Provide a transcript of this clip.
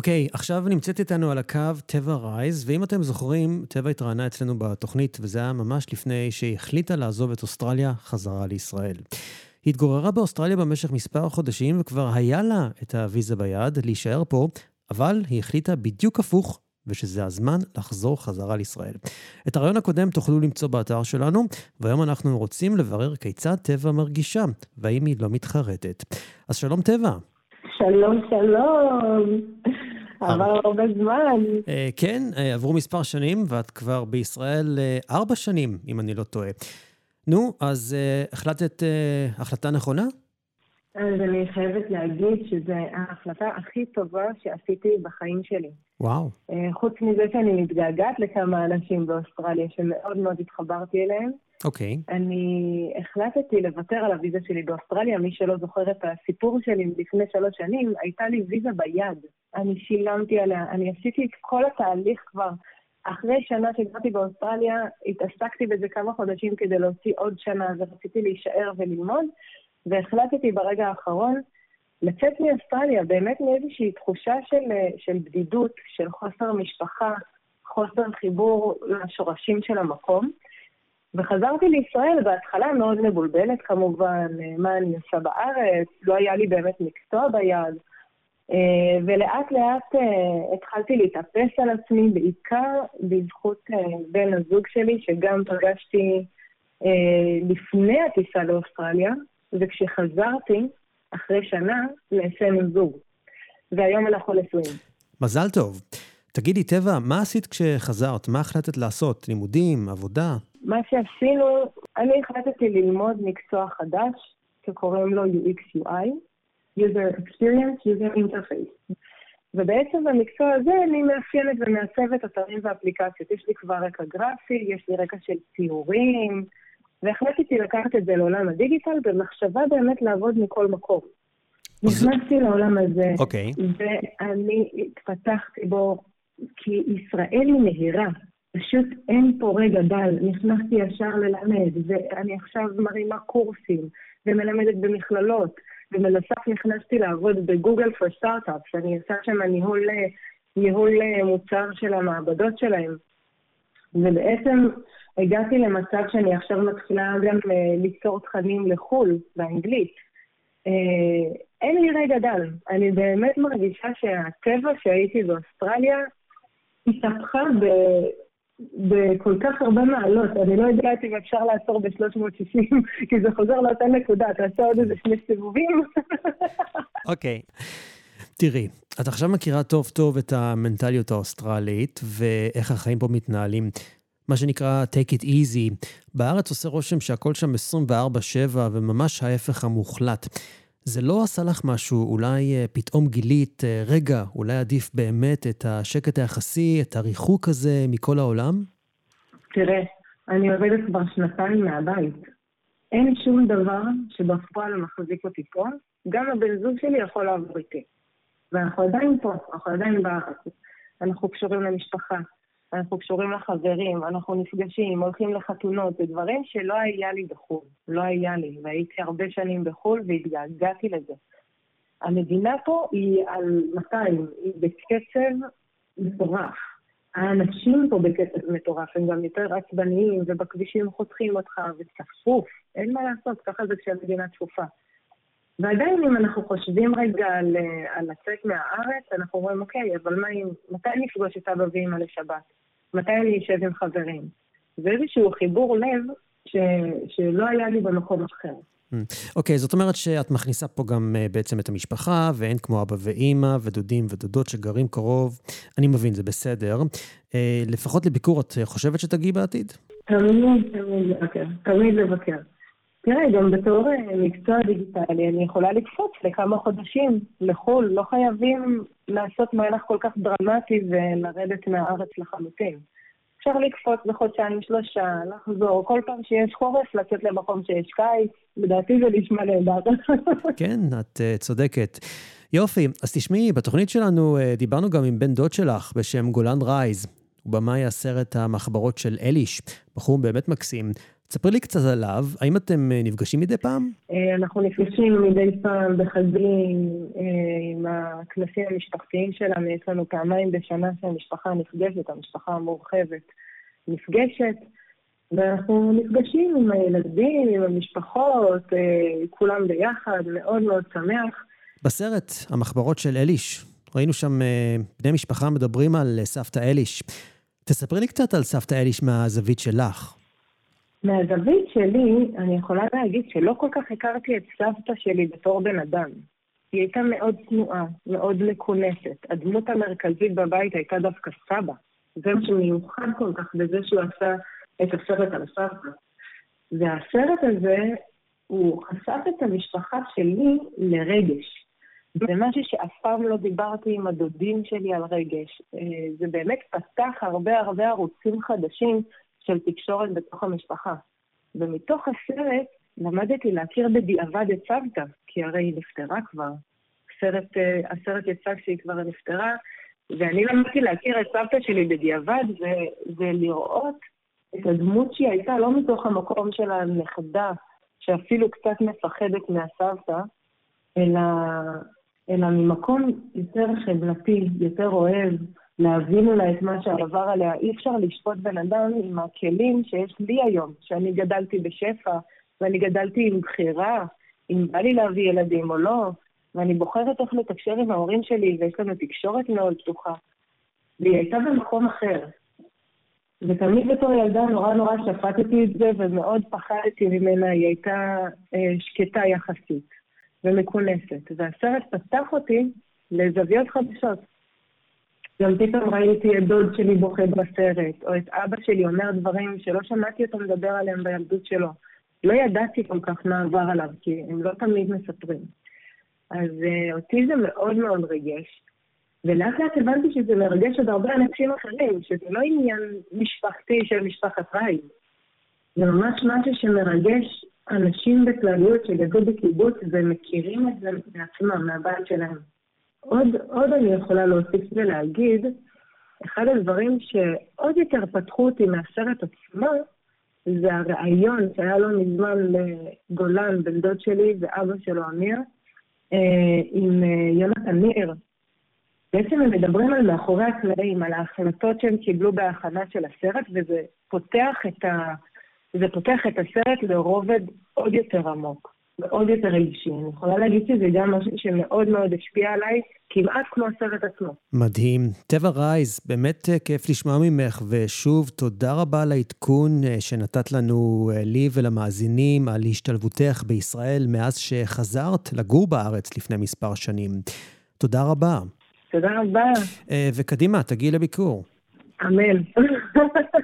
אוקיי, עכשיו נמצאת איתנו על הקו טבע רייז, ואם אתם זוכרים, טבע התראיינה אצלנו בתוכנית, וזה היה ממש לפני שהיא החליטה לעזוב את אוסטרליה חזרה לישראל. היא התגוררה באוסטרליה במשך מספר חודשים, וכבר היה לה את הוויזה ביד להישאר פה, אבל היא החליטה בדיוק הפוך, ושזה הזמן לחזור חזרה לישראל. את הרעיון הקודם תוכלו למצוא באתר שלנו, והיום אנחנו רוצים לברר כיצד טבע מרגישה, והאם היא לא מתחרטת. אז שלום טבע. שלום, שלום. עבר הרבה זמן. כן, עברו מספר שנים, ואת כבר בישראל 4 שנים, אם אני לא טועה. נו, אז החלטת החלטה נכונה? אז אני חייבת להגיד שזו ההחלטה הכי טובה שעשיתי בחיים שלי. וואו. חוץ מזה שאני מתגעגעת לכמה אנשים באוסטרליה שמאוד מאוד התחברתי אליהם. אוקיי. אני החלטתי לוותר על הוויזה שלי באוסטרליה. מי שלא זוכר את הסיפור שלי לפני 3 שנים, הייתה לי ויזה ביד. אני שילמתי עליה, אני עשיתי את כל התהליך כבר. אחרי שנה שגרתי באוסטרליה, התעסקתי בזה כמה חודשים כדי להוציא עוד שנה, ורציתי להישאר וללמוד, והחלטתי ברגע האחרון לצאת מאוסטרליה, באמת מאיזושהי תחושה של בדידות, של חוסר משפחה, חוסר חיבור לשורשים של המקום. וחזרתי לישראל בהתחלה מאוד מבולבלת כמובן, מה אני עושה בארץ, לא היה לי באמת מקצוע ביד, ולאט לאט התחלתי להתאפס על עצמי, בעיקר בזכות בן הזוג שלי, שגם פגשתי לפני הטיסה לאוסטרליה, וכשחזרתי אחרי שנה נעשינו זוג, והיום אנחנו נשואים. מזל טוב. תגידי טבע, מה עשית כשחזרת? מה החלטת לעשות? לימודים, עבודה? מה שעשינו, אני החלטתי ללמוד מקצוע חדש, שקוראים לו UX UI, User Experience, User Interface. ובעצם במקצוע הזה אני מאפיינת ומעצבת אתרים ואפליקציות. יש לי כבר רקע גרפי, יש לי רקע של ציורים, והחלטתי לקחת את זה לעולם הדיגיטל, במחשבה באמת לעבוד מכל מקום. נכנסתי לעולם הזה, ואני התפתחתי בו, כי ישראל היא מהירה. פשוט אין פה רגע דל, נכנסתי ישר ללמד, ואני עכשיו מרימה קורסים, ומלמדת במכללות, ובנוסף נכנסתי לעבוד בגוגל for startups, שאני עושה שם ניהול מוצר של המעבדות שלהם. ובעצם הגעתי למצב שאני עכשיו מתחילה גם ליצור תכנים לחול, באנגלית. אין לי רגע דל, אני באמת מרגישה שהטבע שהייתי באוסטרליה, התהפכה בכל כך הרבה מעלות. אני לא יודעת אם אפשר לעצור ב-360, כי זה חוזר לאותה נקודה. תעשה עוד איזה 2 סיבובים. אוקיי. תראי, את עכשיו מכירה טוב טוב את המנטליות האוסטרלית, ואיך החיים פה מתנהלים. מה שנקרא take it easy. בארץ עושה רושם שהכל שם 24/7, וממש ההפך המוחלט. זה לא עשה לך משהו, אולי פתאום גילית, רגע, אולי עדיף באמת את השקט היחסי, את הריחוק הזה מכל העולם? תראה, אני עובדת כבר 2 מהבית. אין שום דבר שבפועל מחזיק אותי פה, גם הבן זוג שלי יכול לעבור איתי. ואנחנו עדיין פה, אנחנו עדיין בארץ. אנחנו קשורים למשפחה, אנחנו קשורים לחברים, אנחנו נפגשים, הולכים לחתונות, זה דברים שלא היה לי בחול, לא היה לי, והייתי הרבה שנים בחול והתגעגעתי לזה. המדינה פה היא על 200, היא בקצב מטורף. האנשים פה בקצב מטורף, הם גם יותר עצבניים, ובכבישים חותכים אותך, וצפוף, אין מה לעשות, ככה זה כשהמדינה צפופה. ועדיין אם אנחנו חושבים רגע על לצאת מהארץ, אנחנו אומרים, אוקיי, אבל מתי נפגוש את אבא ואמא לשבת? מתי אני אשב עם חברים? זה איזשהו חיבור לב שלא היה לי במקום אחר. אוקיי, זאת אומרת שאת מכניסה פה גם בעצם את המשפחה, ואין כמו אבא ואמא, ודודים ודודות שגרים קרוב. אני מבין, זה בסדר. לפחות לביקור, את חושבת שתגיעי בעתיד? תמיד לבקר. תראה, גם בתור מקצוע דיגיטלי, אני יכולה לקפוץ לכמה חודשים לחול. לא חייבים לעשות מהלך כל כך דרמטי ולרדת מהארץ לחלוטין. אפשר לקפוץ בחודשיים 3, לחזור. כל פעם שיש חורף, לצאת למקום שיש קיץ. לדעתי זה נשמע נהדר. כן, את צודקת. יופי, אז תשמעי, בתוכנית שלנו דיברנו גם עם בן דוד שלך בשם גולן רייז. הוא במאי הסרט המחברות של אליש, בחור באמת מקסים. תספרי לי קצת עליו, האם אתם נפגשים מדי פעם? אנחנו נפגשים מדי פעם בחגים, עם הכנסים המשפחתיים שלנו, יש לנו פעמיים בשנה שהמשפחה נפגשת, המשפחה המורחבת נפגשת, ואנחנו נפגשים עם הילדים, עם המשפחות, כולם ביחד, מאוד מאוד שמח. בסרט, המחברות של אליש, ראינו שם בני משפחה מדברים על סבתא אליש. תספרי לי קצת על סבתא אליש מהזווית שלך. מהזווית שלי, אני יכולה להגיד שלא כל כך הכרתי את סבתא שלי בתור בן אדם. היא הייתה מאוד צנועה, מאוד מכונסת. הדמות המרכזית בבית הייתה דווקא סבא. זה מה שמיוחד כל כך בזה שהוא עשה את הסרט על סבתא. והסרט הזה, הוא חשף את המשפחה שלי לרגש. זה משהו שאף פעם לא דיברתי עם הדודים שלי על רגש. זה באמת פתח הרבה ערוצים חדשים של תקשורת בתוך המשפחה. ומתוך הסרט למדתי להכיר בדיעבד את סבתא, כי הרי היא נפטרה כבר. הסרט יצא כשהיא כבר נפטרה, ואני למדתי להכיר את סבתא שלי בדיעבד, ולראות את הדמות שהיא הייתה, לא מתוך המקום של הנכדה, שאפילו קצת מפחדת מהסבתא, אלא ממקום יותר חבלתי, יותר אוהב, להבין אולי את מה שעבר עליה. אי אפשר לשפוט בן אדם עם הכלים שיש לי היום, שאני גדלתי בשפע, ואני גדלתי עם בחירה, אם בא לי להביא ילדים או לא, ואני בוחרת איך לתקשר עם ההורים שלי, ויש לנו תקשורת מאוד פתוחה. והיא הייתה במקום אחר. ותמיד בתור ילדה נורא שפטתי את זה, ומאוד פחדתי ממנה, היא הייתה שקטה יחסית, ומכונסת. והסרט פתח אותי לזוויות חדשות. גם פתאום ראיתי את דוד שלי בוכה בסרט, או את אבא שלי אומר דברים שלא שמעתי אותו מדבר עליהם בילדות שלו. לא ידעתי כל כך מה עבר עליו, כי הם לא תמיד מספרים. אז אותי זה מאוד מאוד רגש. ולאט לאט הבנתי שזה מרגש עוד הרבה אנשים אחרים, שזה לא עניין משפחתי של משפחת רייז. זה ממש משהו שמרגש אנשים בכלליות שגדלו בקיבוץ ומכירים את זה מעצמם, מהבית שלהם. עוד אני יכולה להוסיף ולהגיד, אחד הדברים שעוד יותר פתחו אותי מהסרט עצמו, זה הרעיון שהיה לו מזמן לגולן, בן דוד שלי ואבא שלו אמיר, עם יונתן ניר. בעצם הם מדברים על מאחורי הקלעים, על ההחלטות שהם קיבלו בהכנה של הסרט, וזה פותח את הסרט לרובד עוד יותר עמוק, ועוד יותר רגשי. אני יכולה להגיד שזה גם משהו שמאוד מאוד השפיע עליי, כמעט כמו הסרט עצמו. מדהים. טבע רייז, באמת כיף לשמוע ממך, ושוב תודה רבה על העדכון שנתת לנו, לי ולמאזינים, על השתלבותך בישראל מאז שחזרת לגור בארץ לפני מספר שנים. תודה רבה. תודה רבה. וקדימה, תגיעי לביקור. אמן.